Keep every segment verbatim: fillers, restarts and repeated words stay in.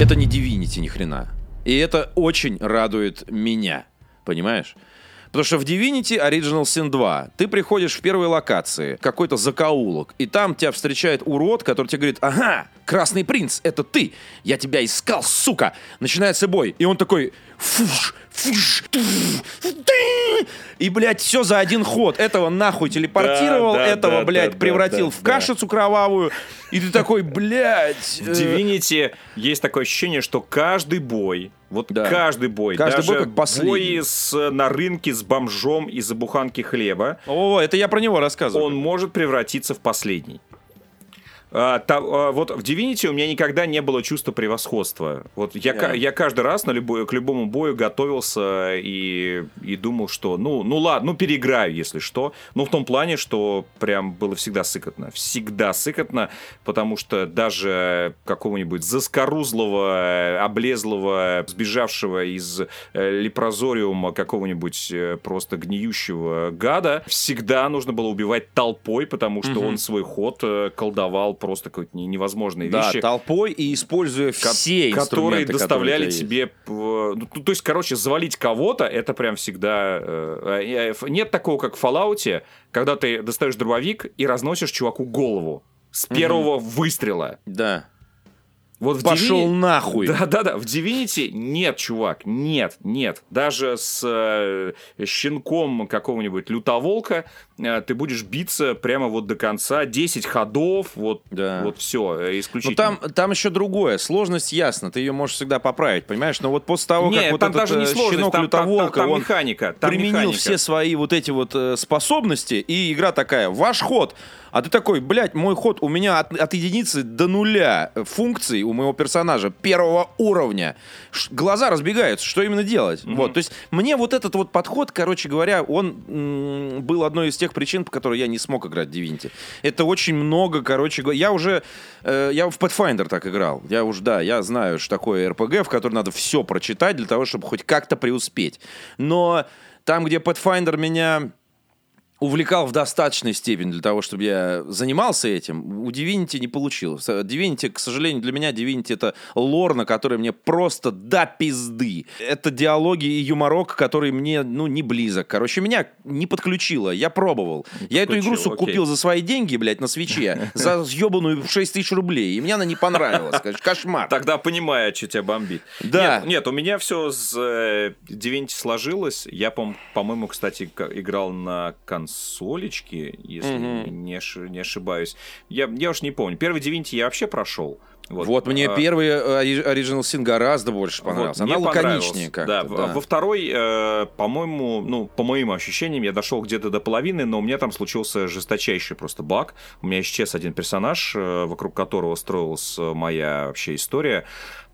Это не Divinity ни хрена. И это очень радует меня. Понимаешь? Потому что в Divinity Original Sin два ты приходишь в первой локации, какой-то закоулок, и там тебя встречает урод, который тебе говорит: ага, Красный Принц, это ты, я тебя искал, сука. Начинается бой, и он такой: фуш, фуш, и, блядь, все за один ход. Этого нахуй телепортировал, да, да, этого, да, блядь, да, превратил да, в кашицу да. кровавую, и ты такой: блядь. В Divinity есть такое ощущение, что каждый бой, вот да. каждый бой, каждый даже бой как последний. Бои с, на рынке с бомжом из-за буханки хлеба, о, это я про него рассказываю. Он может превратиться в последний. А, та, а, вот в Divinity у меня никогда не было чувства превосходства. Вот я, yeah. я каждый раз на любой, к любому бою готовился и, и думал, что ну, ну ладно, ну переиграю, если что. Ну в том плане, что прям было всегда сыкотно. Всегда сыкотно, потому что даже какого-нибудь заскорузлого, облезлого, сбежавшего из э, лепрозориума какого-нибудь э, просто гниющего гада всегда нужно было убивать толпой, потому что mm-hmm. он свой ход э, колдовал просто какие-то невозможные да, вещи. Да, толпой и используя все инструменты, которые доставляли которые тебе... Ну, то есть, короче, завалить кого-то, это прям всегда... Э, нет такого, как в Fallout, когда ты достаешь дробовик и разносишь чуваку голову с первого угу. выстрела. Да. Вот в Пошел Divinity... нахуй. Да-да-да, в Divinity нет, чувак, нет, нет. Даже с э, щенком какого-нибудь лютоволка э, ты будешь биться прямо вот до конца. десять ходов, вот, да. вот все, исключительно. Но там, там еще другое. Сложность ясна, ты ее можешь всегда поправить, понимаешь? Но вот после того, нет, как вот там этот даже не щенок там, лютоволка, там, там, там он механика, там применил механика. все свои вот эти вот э, способности, и игра такая: ваш ход. А ты такой: блядь, мой ход, у меня от, от единицы до нуля функций у моего персонажа первого уровня. Ш- глаза разбегаются, что именно делать? Mm-hmm. Вот, то есть мне вот этот вот подход, короче говоря, он м- был одной из тех причин, по которой я не смог играть в Divinity. Это очень много, короче говоря. Я уже, э, я в Pathfinder так играл. Я уж, да, я знаю, что такое эр пи джи, в котором надо все прочитать для того, чтобы хоть как-то преуспеть. Но там, где Pathfinder меня... увлекал в достаточной степени для того, чтобы я занимался этим, у Divinity не получилось. Divinity, к сожалению, для меня Divinity — это лор, на который мне просто до пизды. Это диалоги и юморок, который мне, ну, не близок. Короче, меня не подключило. Я пробовал. Не я эту игру, сука, купил за свои деньги, блядь, на свече, за съебанную шесть тысяч рублей. И мне она не понравилась. Кошмар. Тогда понимаю, что тебя бомбит. Да. Нет, нет, у меня все с э, Divinity сложилось. Я, по- по-моему, кстати, играл на консоли. Солечки, если mm-hmm. не, ошиб- не ошибаюсь. Я, я уж не помню. Первый Divinity я вообще прошел. Вот, вот мне а, первый Original Sin гораздо больше понравился. Вот, она лаконичнее как-то. Да. Да. Во второй, э, по-моему, ну, по моим ощущениям, я дошел где-то до половины, но у меня там случился жесточайший просто баг. У меня исчез один персонаж, э, вокруг которого строилась моя вообще история.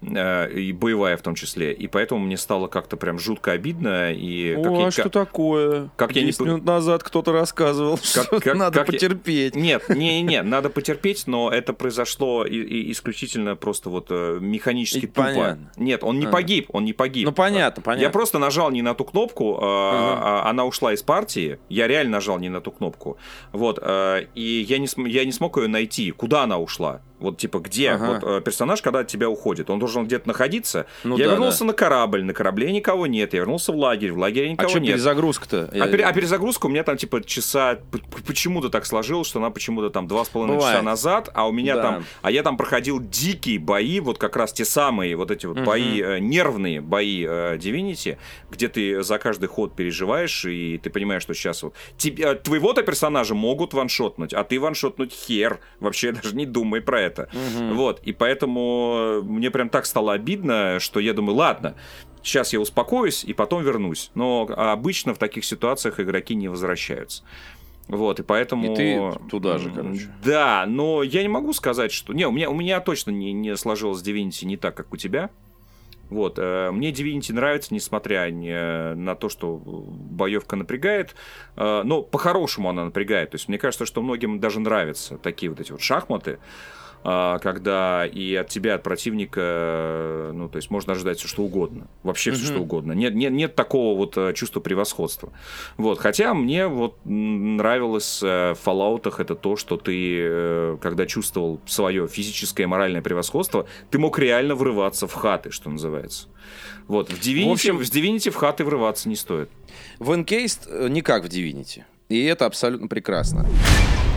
И боевая в том числе. И поэтому мне стало как-то прям жутко обидно. И О, как а я, что как, такое? Как десять я не... минут назад кто-то рассказывал, как, что как, надо как потерпеть. Я... Нет, не, не, надо потерпеть, но это произошло и, и исключительно просто вот механически и тупо. Понятно. Нет, он не а. погиб, он не погиб. Ну понятно, понятно. Я просто нажал не на ту кнопку, угу. а, а, она ушла из партии. Я реально нажал не на ту кнопку. Вот, а, и я не, см... я не смог ее найти. Куда она ушла? Вот типа где ага. вот, персонаж, когда от тебя уходит, он должен где-то находиться. Ну, я да, вернулся да. на корабль, на корабле никого нет. Я вернулся в лагерь, в лагере никого а что, нет. А что перезагрузка-то? А, пере, а перезагрузка у меня там типа часа... Почему-то так сложилось, что она почему-то там два с половиной часа назад, а у меня да. там... А я там проходил дикие бои, вот как раз те самые вот эти вот угу. бои, э, нервные бои э, Divinity, где ты за каждый ход переживаешь, и ты понимаешь, что сейчас вот... Тебе, твоего-то персонажа могут ваншотнуть, а ты ваншотнуть хер. Вообще даже не думай про это. Угу. Вот, и поэтому мне прям так стало обидно, что я думаю, ладно, сейчас я успокоюсь и потом вернусь. Но обычно в таких ситуациях игроки не возвращаются. Вот, и поэтому... И ты туда же, короче. Да, но я не могу сказать, что... Не, у меня, у меня точно не, не сложилось Divinity не так, как у тебя. Вот, мне Divinity нравится, несмотря на то, что боевка напрягает, но по-хорошему она напрягает. То есть мне кажется, что многим даже нравятся такие вот эти вот шахматы. когда и от тебя, от противника, ну, то есть можно ожидать все что угодно, вообще все mm-hmm. что угодно. Нет, нет, нет такого вот чувства превосходства. Вот. Хотя мне вот нравилось в Fallout'ах это то, что ты, когда чувствовал свое физическое и моральное превосходство, ты мог реально врываться в хаты, что называется. Вот. В Divinity в, общем, в Divinity в хаты врываться не стоит. В Encased никак в Divinity. И это абсолютно прекрасно.